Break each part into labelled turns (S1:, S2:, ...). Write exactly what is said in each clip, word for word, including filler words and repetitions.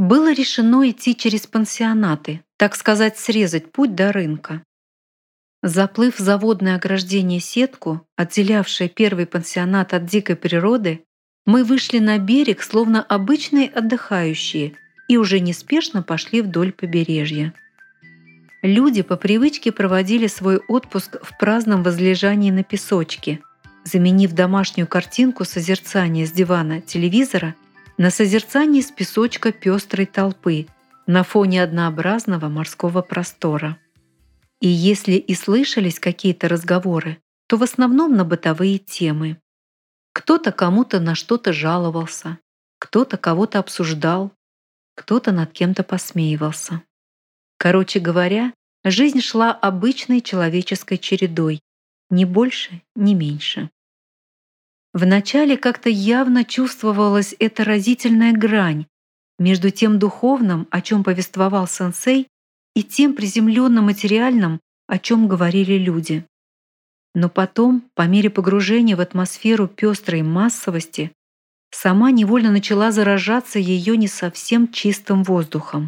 S1: Было решено идти через пансионаты, так сказать, срезать путь до рынка. Заплыв в заводное ограждение сетку, отделявшее первый пансионат от дикой природы, мы вышли на берег, словно обычные отдыхающие, и уже неспешно пошли вдоль побережья. Люди по привычке проводили свой отпуск в праздном возлежании на песочке, заменив домашнюю картинку созерцания с дивана телевизора на созерцание с песочка пестрой толпы на фоне однообразного морского простора. И если и слышались какие-то разговоры, то в основном на бытовые темы. Кто-то кому-то на что-то жаловался, кто-то кого-то обсуждал, кто-то над кем-то посмеивался. Короче говоря, жизнь шла обычной человеческой чередой, ни больше, ни меньше. Вначале как-то явно чувствовалась эта разительная грань между тем духовным, о чем повествовал сенсей, и тем приземленным материальным, о чем говорили люди. Но потом, по мере погружения в атмосферу пестрой массовости, сама невольно начала заражаться ее не совсем чистым воздухом.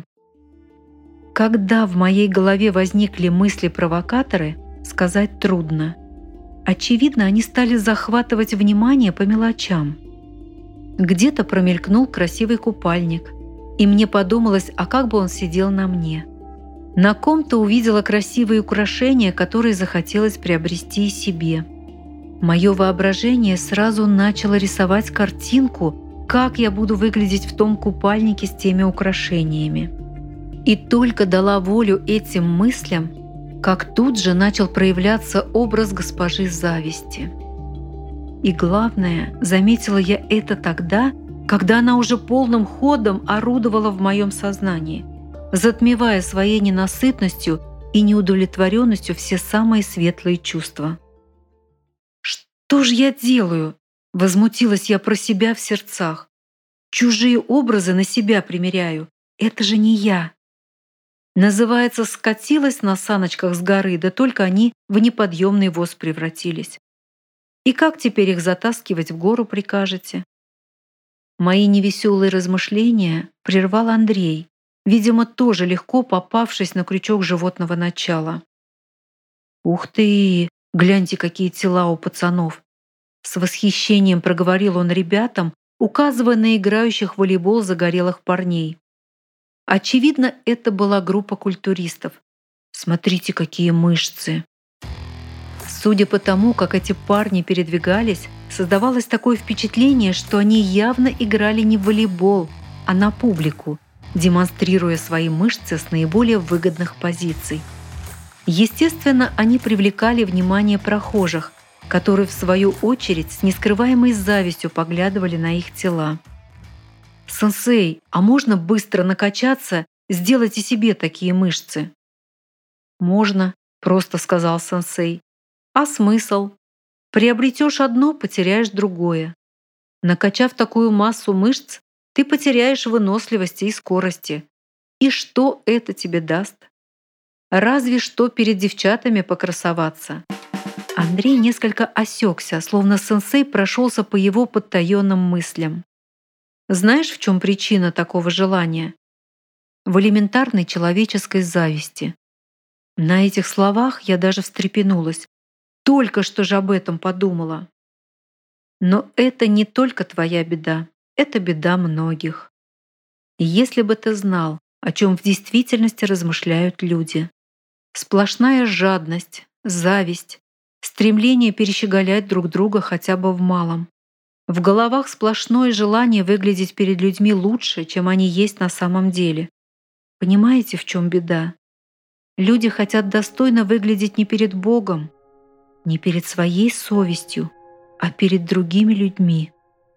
S1: Когда в моей голове возникли мысли-провокаторы, сказать трудно. Очевидно, они стали захватывать внимание по мелочам. Где-то промелькнул красивый купальник, и мне подумалось, а как бы он сидел на мне. На ком-то увидела красивые украшения, которые захотелось приобрести и себе. Мое воображение сразу начало рисовать картинку, как я буду выглядеть в том купальнике с теми украшениями. И только дала волю этим мыслям, как тут же начал проявляться образ госпожи зависти. И главное, заметила я это тогда, когда она уже полным ходом орудовала в моем сознании, затмевая своей ненасытностью и неудовлетворенностью все самые светлые чувства. «Что же я делаю?» — возмутилась я про себя в сердцах. «Чужие образы на себя примеряю. Это же не я». Называется, скатилась на саночках с горы, да только они в неподъемный воз превратились. И как теперь их затаскивать в гору прикажете? Мои невеселые размышления прервал Андрей, видимо, тоже легко попавшись на крючок животного начала. «Ух ты! Гляньте, какие тела у пацанов!» С восхищением проговорил он ребятам, указывая на играющих в волейбол загорелых парней. Очевидно, это была группа культуристов. Смотрите, какие мышцы! Судя по тому, как эти парни передвигались, создавалось такое впечатление, что они явно играли не в волейбол, а на публику, демонстрируя свои мышцы с наиболее выгодных позиций. Естественно, они привлекали внимание прохожих, которые, в свою очередь, с нескрываемой завистью поглядывали на их тела. «Сенсей, а можно быстро накачаться, сделать и себе такие мышцы?» «Можно», — просто сказал сенсей. «А смысл? Приобретешь одно, потеряешь другое. Накачав такую массу мышц, ты потеряешь выносливости и скорости. И что это тебе даст? Разве что перед девчатами покрасоваться». Андрей несколько осекся, словно сенсей прошелся по его подтаенным мыслям. Знаешь, в чем причина такого желания? В элементарной человеческой зависти. На этих словах я даже встрепенулась. Только что же об этом подумала. Но это не только твоя беда, это беда многих. Если бы ты знал, о чем в действительности размышляют люди. Сплошная жадность, зависть, стремление перещеголять друг друга хотя бы в малом. В головах сплошное желание выглядеть перед людьми лучше, чем они есть на самом деле. Понимаете, в чем беда? Люди хотят достойно выглядеть не перед Богом, не перед своей совестью, а перед другими людьми.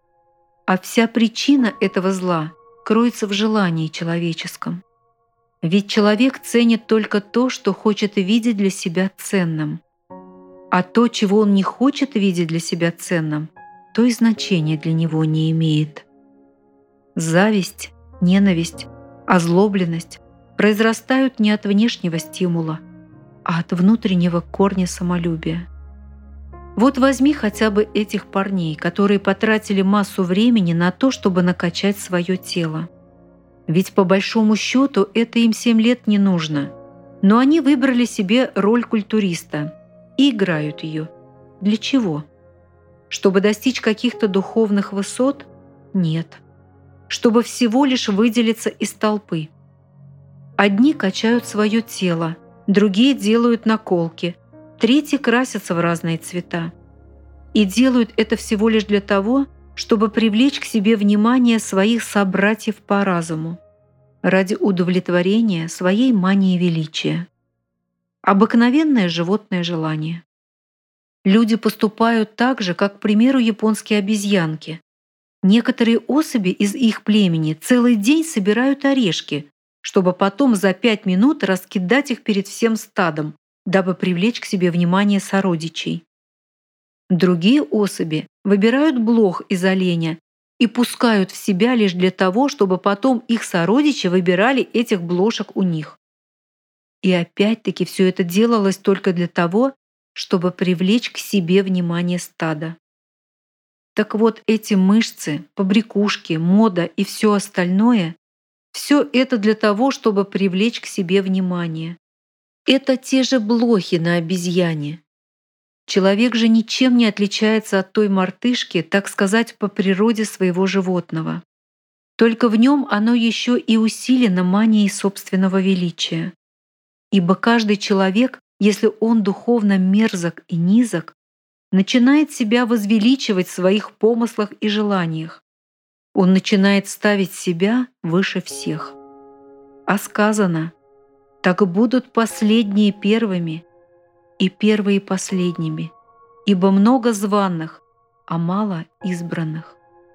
S1: А вся причина этого зла кроется в желании человеческом. Ведь человек ценит только то, что хочет видеть для себя ценным. А то, чего он не хочет видеть для себя ценным, то и значения для него не имеет. Зависть, ненависть, озлобленность произрастают не от внешнего стимула, а от внутреннего корня самолюбия. Вот возьми хотя бы этих парней, которые потратили массу времени на то, чтобы накачать свое тело. Ведь по большому счету это им семь лет не нужно. Но они выбрали себе роль культуриста и играют ее. Для чего? Чтобы достичь каких-то духовных высот? Нет. Чтобы всего лишь выделиться из толпы. Одни качают свое тело, другие делают наколки, третьи красятся в разные цвета. И делают это всего лишь для того, чтобы привлечь к себе внимание своих собратьев по разуму, ради удовлетворения своей мании величия. Обыкновенное животное желание. Люди поступают так же, как, к примеру, японские обезьянки. Некоторые особи из их племени целый день собирают орешки, чтобы потом за пять минут раскидать их перед всем стадом, дабы привлечь к себе внимание сородичей. Другие особи выбирают блох из оленя и пускают в себя лишь для того, чтобы потом их сородичи выбирали этих блошек у них. И опять-таки все это делалось только для того, чтобы привлечь к себе внимание стада. Так вот, эти мышцы, побрякушки, мода и все остальное — все это для того, чтобы привлечь к себе внимание. Это те же блохи на обезьяне. Человек же ничем не отличается от той мартышки, так сказать, по природе своего животного. Только в нем оно еще и усилено манией собственного величия. Ибо каждый человек, если он духовно мерзок и низок, начинает себя возвеличивать в своих помыслах и желаниях. Он начинает ставить себя выше всех. А сказано: «Так будут последние первыми, и первые последними, ибо много званых, а мало избранных».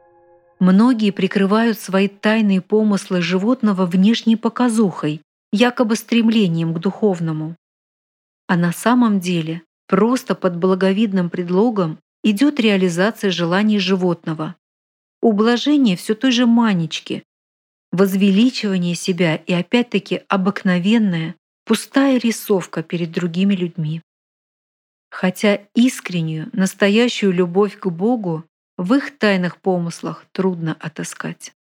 S1: Многие прикрывают свои тайные помыслы животного внешней показухой, якобы стремлением к духовному. А на самом деле просто под благовидным предлогом идет реализация желаний животного, ублажение все той же манечки, возвеличивание себя и опять-таки обыкновенная, пустая рисовка перед другими людьми. Хотя искреннюю, настоящую любовь к Богу в их тайных помыслах трудно отыскать.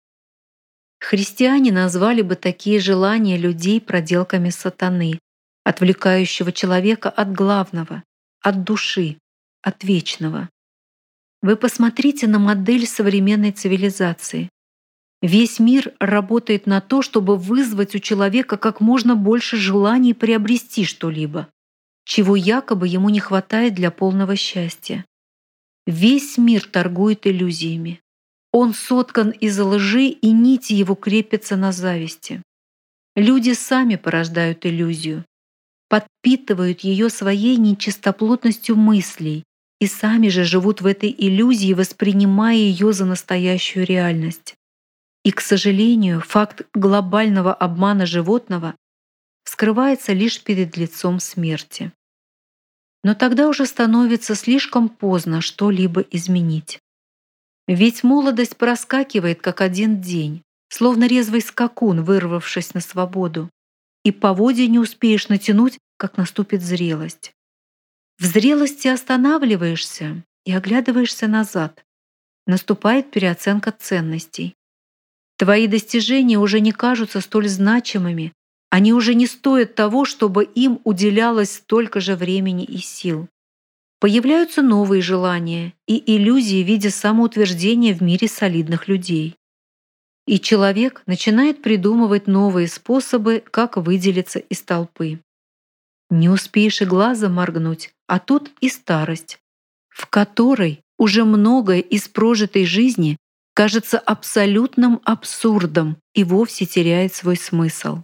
S1: Христиане назвали бы такие желания людей проделками сатаны, отвлекающего человека от главного, от души, от вечного. Вы посмотрите на модель современной цивилизации. Весь мир работает на то, чтобы вызвать у человека как можно больше желаний приобрести что-либо, чего якобы ему не хватает для полного счастья. Весь мир торгует иллюзиями. Он соткан из лжи, и нити его крепятся на зависти. Люди сами порождают иллюзию, подпитывают ее своей нечистоплотностью мыслей и сами же живут в этой иллюзии, воспринимая ее за настоящую реальность. И, к сожалению, факт глобального обмана животного скрывается лишь перед лицом смерти. Но тогда уже становится слишком поздно что-либо изменить. Ведь молодость проскакивает, как один день, словно резвый скакун, вырвавшись на свободу, и поводья не успеешь натянуть, как наступит зрелость. В зрелости останавливаешься и оглядываешься назад. Наступает переоценка ценностей. Твои достижения уже не кажутся столь значимыми, они уже не стоят того, чтобы им уделялось столько же времени и сил. Появляются новые желания и иллюзии в виде самоутверждения в мире солидных людей. И человек начинает придумывать новые способы, как выделиться из толпы. Не успеешь и глазом моргнуть, а тут и старость, в которой уже многое из прожитой жизни кажется абсолютным абсурдом и вовсе теряет свой смысл.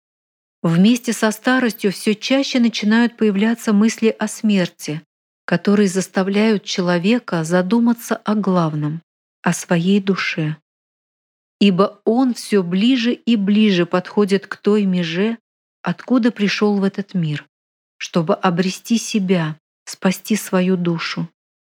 S1: Вместе со старостью все чаще начинают появляться мысли о смерти, которые заставляют человека задуматься о главном, о своей душе. Ибо он все ближе и ближе подходит к той меже, откуда пришел в этот мир, чтобы обрести себя, спасти свою душу.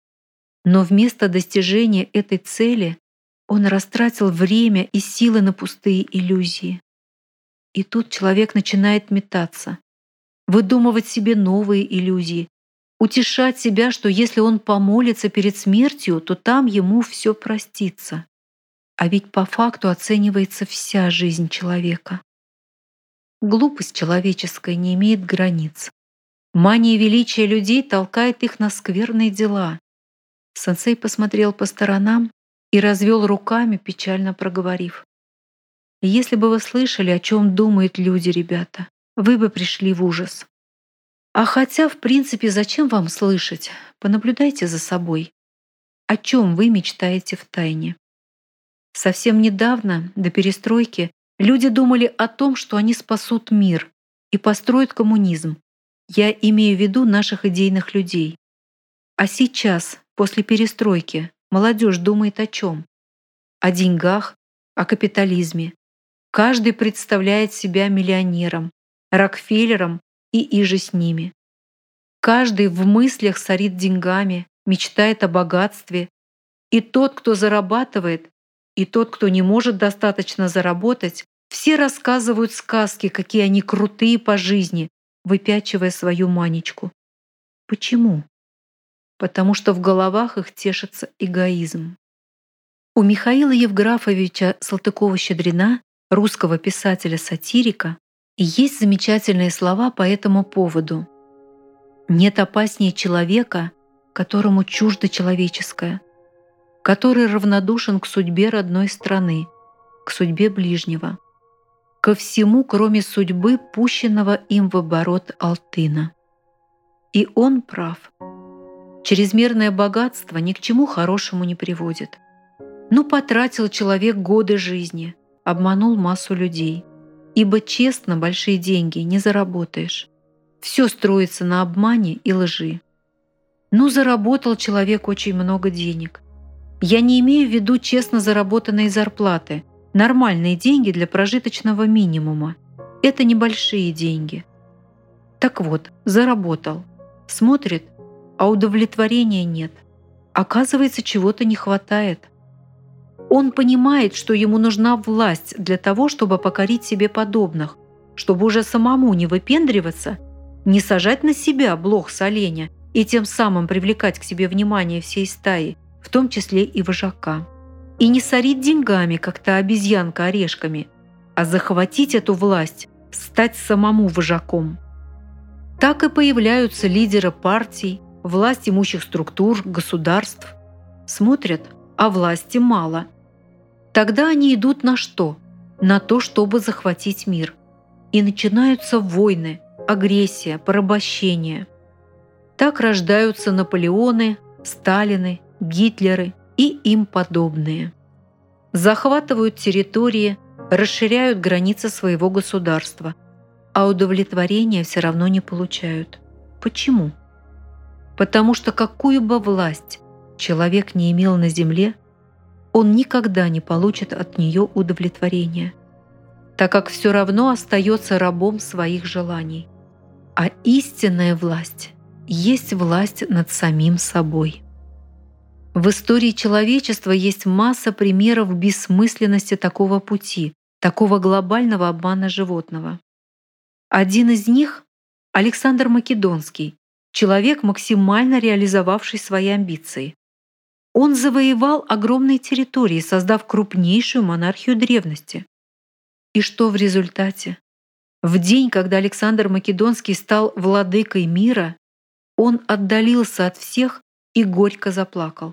S1: Но вместо достижения этой цели он растратил время и силы на пустые иллюзии. И тут человек начинает метаться, выдумывать себе новые иллюзии, утешать себя, что если он помолится перед смертью, то там ему все простится. А ведь по факту оценивается вся жизнь человека. Глупость человеческая не имеет границ. Мания величия людей толкает их на скверные дела. Сенсей посмотрел по сторонам и развел руками, печально проговорив: «Если бы вы слышали, о чем думают люди, ребята, вы бы пришли в ужас. А хотя, в принципе, зачем вам слышать? Понаблюдайте за собой. О чем вы мечтаете в тайне? Совсем недавно, до перестройки, люди думали о том, что они спасут мир и построят коммунизм. Я имею в виду наших идейных людей. А сейчас, после перестройки, молодежь думает о чем? О деньгах, о капитализме. Каждый представляет себя миллионером, Рокфеллером и иже с ними. Каждый в мыслях сорит деньгами, мечтает о богатстве. И тот, кто зарабатывает, и тот, кто не может достаточно заработать, все рассказывают сказки, какие они крутые по жизни, выпячивая свою манечку. Почему? Потому что в головах их тешится эгоизм. У Михаила Евграфовича Салтыкова-Щедрина, русского писателя-сатирика, есть замечательные слова по этому поводу. «Нет опаснее человека, которому чуждо человеческое, который равнодушен к судьбе родной страны, к судьбе ближнего, ко всему, кроме судьбы, пущенного им в оборот алтына». И он прав. Чрезмерное богатство ни к чему хорошему не приводит. Ну, потратил человек годы жизни, обманул массу людей. Ибо честно большие деньги не заработаешь. Все строится на обмане и лжи. Ну, заработал человек очень много денег. Я не имею в виду честно заработанные зарплаты, нормальные деньги для прожиточного минимума. Это небольшие деньги. Так вот, заработал. Смотрит, а удовлетворения нет. Оказывается, чего-то не хватает. Он понимает, что ему нужна власть для того, чтобы покорить себе подобных, чтобы уже самому не выпендриваться, не сажать на себя блох с оленя и тем самым привлекать к себе внимание всей стаи, в том числе и вожака. И не сорить деньгами, как та обезьянка орешками, а захватить эту власть, стать самому вожаком. Так и появляются лидеры партий, власть имущих структур, государств. Смотрят, а власти мало. Тогда они идут на что? На то, чтобы захватить мир. И начинаются войны, агрессия, порабощение. Так рождаются Наполеоны, Сталины, Гитлеры и им подобные. Захватывают территории, расширяют границы своего государства, а удовлетворения все равно не получают. Почему? Потому что какую бы власть человек не имел на земле, он никогда не получит от нее удовлетворения, так как все равно остается рабом своих желаний. А истинная власть есть власть над самим собой. В истории человечества есть масса примеров бессмысленности такого пути, такого глобального обмана животного. Один из них — Александр Македонский, человек, максимально реализовавший свои амбиции. Он завоевал огромные территории, создав крупнейшую монархию древности. И что в результате? В день, когда Александр Македонский стал владыкой мира, он отдалился от всех и горько заплакал.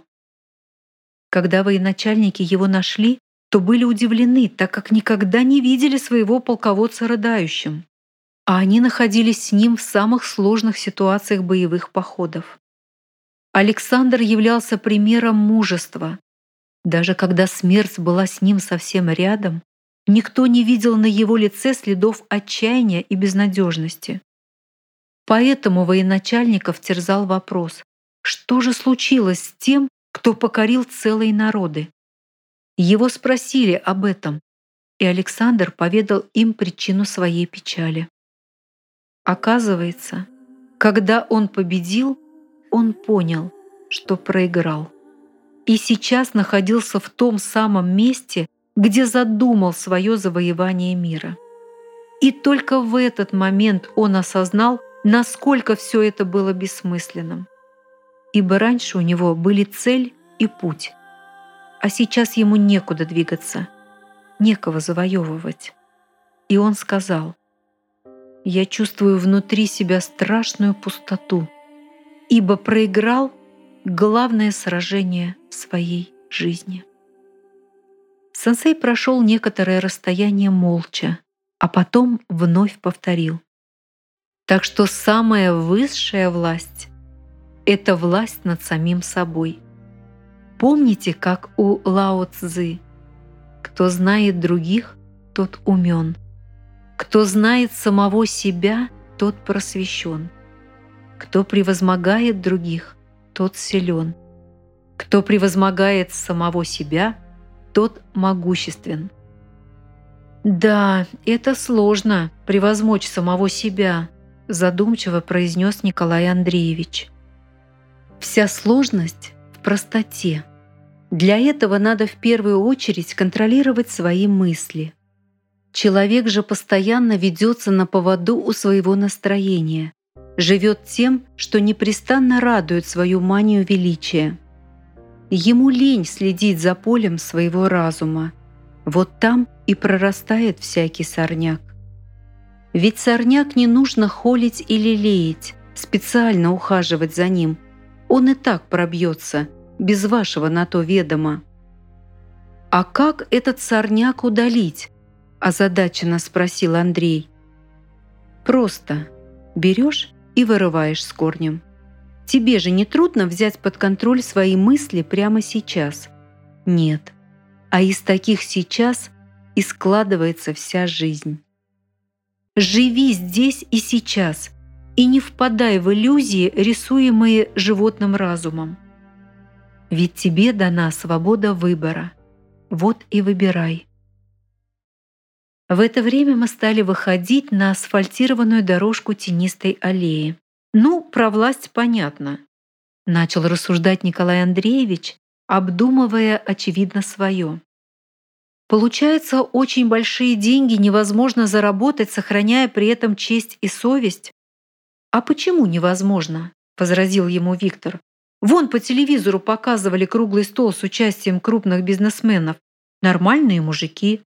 S1: Когда военачальники его нашли, то были удивлены, так как никогда не видели своего полководца рыдающим. А они находились с ним в самых сложных ситуациях боевых походов. Александр являлся примером мужества. Даже когда смерть была с ним совсем рядом, никто не видел на его лице следов отчаяния и безнадежности. Поэтому военачальников терзал вопрос, что же случилось с тем, кто покорил целые народы? Его спросили об этом, и Александр поведал им причину своей печали. Оказывается, когда он победил, он понял, что проиграл. И сейчас находился в том самом месте, где задумал свое завоевание мира. И только в этот момент он осознал, насколько все это было бессмысленным. Ибо раньше у него были цель и путь, а а сейчас ему некуда двигаться, некого завоевывать. И он сказал: «Я чувствую внутри себя страшную пустоту, ибо проиграл главное сражение своей жизни». Сенсей прошел некоторое расстояние молча, а потом вновь повторил: «Так что самая высшая власть — это власть над самим собой. Помните, как у Лао Цзы: кто знает других, тот умен. Кто знает самого себя, тот просвещен. Кто превозмогает других, тот силен. Кто превозмогает самого себя, тот могуществен». «Да, это сложно — превозмочь самого себя», — задумчиво произнес Николай Андреевич. «Вся сложность в простоте. Для этого надо в первую очередь контролировать свои мысли. Человек же постоянно ведется на поводу у своего настроения, живет тем, что непрестанно радует свою манию величия. Ему лень следить за полем своего разума. Вот там и прорастает всякий сорняк. Ведь сорняк не нужно холить или леять, специально ухаживать за ним. Он и так пробьется, без вашего на то ведома». «А как этот сорняк удалить?» – озадаченно спросил Андрей. «Просто берешь и вырываешь с корнем. Тебе же не трудно взять под контроль свои мысли прямо сейчас? Нет. А из таких сейчас и складывается вся жизнь. Живи здесь и сейчас, и не впадай в иллюзии, рисуемые животным разумом. Ведь тебе дана свобода выбора. Вот и выбирай». В это время мы стали выходить на асфальтированную дорожку тенистой аллеи. «Ну, про власть понятно», — начал рассуждать Николай Андреевич, обдумывая, очевидно, свое. «Получается, очень большие деньги невозможно заработать, сохраняя при этом честь и совесть?» «А почему невозможно?» — возразил ему Виктор. «Вон по телевизору показывали круглый стол с участием крупных бизнесменов. Нормальные мужики».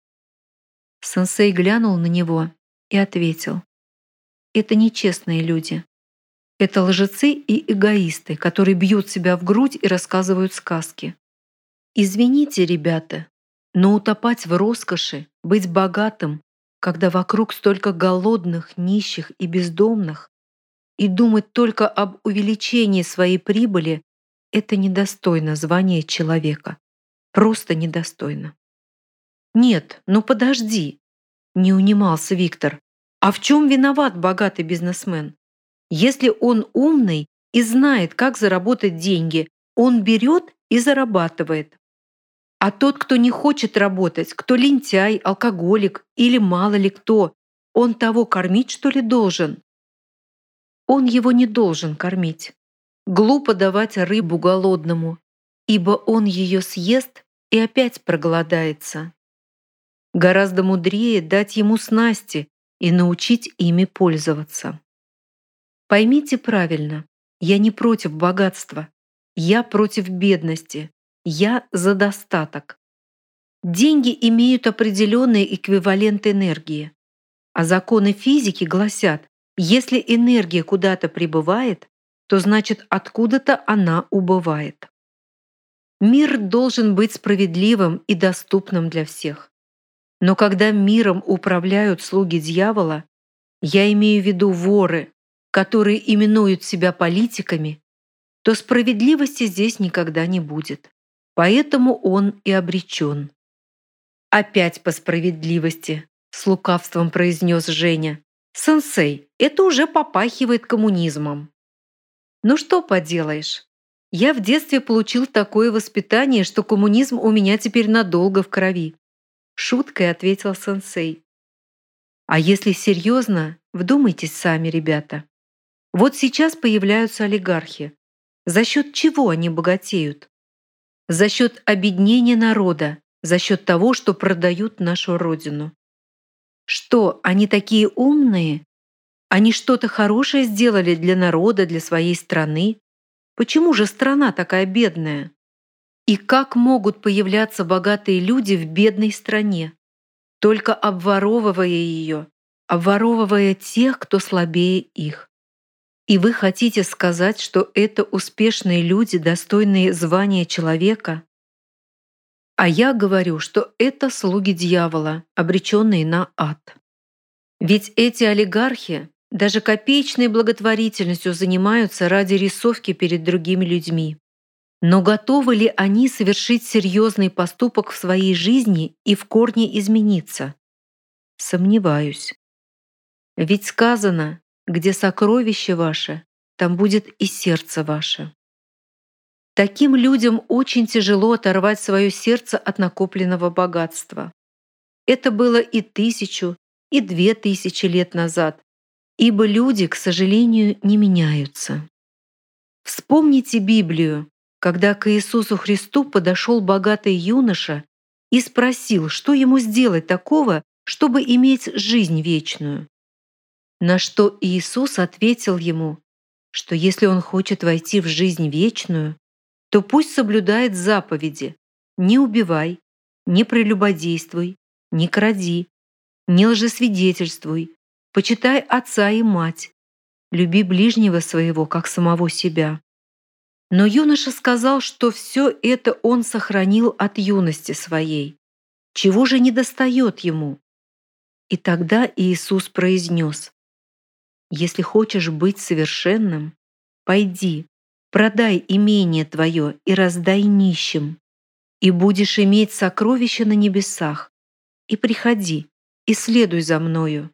S1: Сенсей глянул на него и ответил: «Это нечестные люди. Это лжецы и эгоисты, которые бьют себя в грудь и рассказывают сказки. Извините, ребята, но утопать в роскоши, быть богатым, когда вокруг столько голодных, нищих и бездомных, и думать только об увеличении своей прибыли — это недостойно звания человека. Просто недостойно». «Нет, ну подожди», — не унимался Виктор. «А в чем виноват богатый бизнесмен? Если он умный и знает, как заработать деньги, он берет и зарабатывает. А тот, кто не хочет работать, кто лентяй, алкоголик или мало ли кто, он того кормить, что ли, должен?» Он его не должен кормить. Глупо давать рыбу голодному, ибо он ее съест и опять проголодается. Гораздо мудрее дать ему снасти и научить ими пользоваться. Поймите правильно, я не против богатства, я против бедности, я за достаток. Деньги имеют определенный эквивалент энергии, а законы физики гласят: если энергия куда-то прибывает, то значит откуда-то она убывает. Мир должен быть справедливым и доступным для всех. Но когда миром управляют слуги дьявола, я имею в виду воры, которые именуют себя политиками, то справедливости здесь никогда не будет. Поэтому он и обречен. «Опять по справедливости», — с лукавством произнес Женя. «Сенсей, это уже попахивает коммунизмом». «Ну что поделаешь? Я в детстве получил такое воспитание, что коммунизм у меня теперь надолго в крови», — шуткой ответил сенсей. «А если серьезно, вдумайтесь сами, ребята. Вот сейчас появляются олигархи. За счет чего они богатеют? За счет обеднения народа, за счет того, что продают нашу родину. Что, они такие умные? Они что-то хорошее сделали для народа, для своей страны? Почему же страна такая бедная? И как могут появляться богатые люди в бедной стране, только обворовывая ее, обворовывая тех, кто слабее их? И вы хотите сказать, что это успешные люди, достойные звания человека? А я говорю, что это слуги дьявола, обреченные на ад. Ведь эти олигархи даже копеечной благотворительностью занимаются ради рисовки перед другими людьми. Но готовы ли они совершить серьезный поступок в своей жизни и в корне измениться? Сомневаюсь. Ведь сказано, где сокровище ваше, там будет и сердце ваше. Таким людям очень тяжело оторвать свое сердце от накопленного богатства. Это было и тысячу, и две тысячи лет назад, ибо люди, к сожалению, не меняются. Вспомните Библию, когда к Иисусу Христу подошел богатый юноша и спросил, что ему сделать такого, чтобы иметь жизнь вечную. На что Иисус ответил ему, что если он хочет войти в жизнь вечную, то пусть соблюдает заповеди: «Не убивай, не прелюбодействуй, не кради, не лжесвидетельствуй, почитай отца и мать, люби ближнего своего, как самого себя». Но юноша сказал, что все это он сохранил от юности своей. Чего же недостает ему? И тогда Иисус произнес: «Если хочешь быть совершенным, пойди, продай имение твое и раздай нищим, и будешь иметь сокровища на небесах, и приходи, и следуй за мною».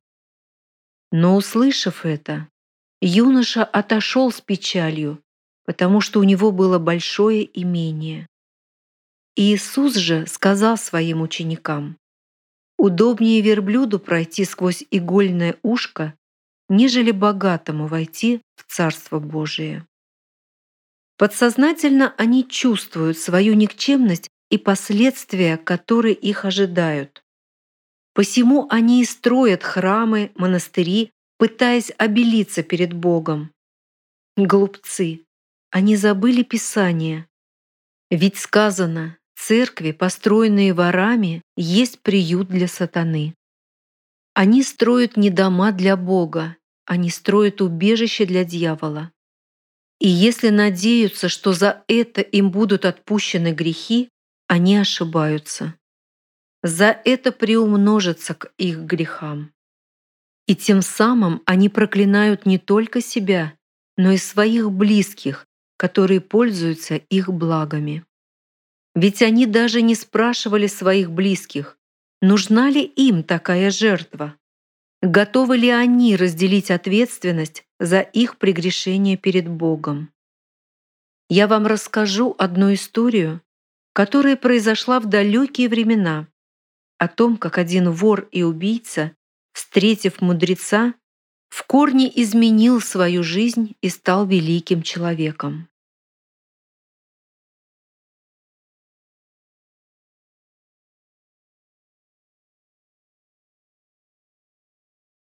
S1: Но, услышав это, юноша отошел с печалью, потому что у него было большое имение. Иисус же сказал своим ученикам: «Удобнее верблюду пройти сквозь игольное ушко, нежели богатому войти в Царство Божие». Подсознательно они чувствуют свою никчемность и последствия, которые их ожидают. Посему они и строят храмы, монастыри, пытаясь обелиться перед Богом. Глупцы! Они забыли Писание. Ведь сказано: церкви, построенные ворами, есть приют для сатаны. Они строят не дома для Бога, они строят убежище для дьявола. И если надеются, что за это им будут отпущены грехи, они ошибаются. За это приумножится к их грехам. И тем самым они проклинают не только себя, но и своих близких, которые пользуются их благами. Ведь они даже не спрашивали своих близких, нужна ли им такая жертва, готовы ли они разделить ответственность за их прегрешение перед Богом. Я вам расскажу одну историю, которая произошла в далекие времена, о том, как один вор и убийца, встретив мудреца, в корне изменил свою жизнь и стал великим человеком.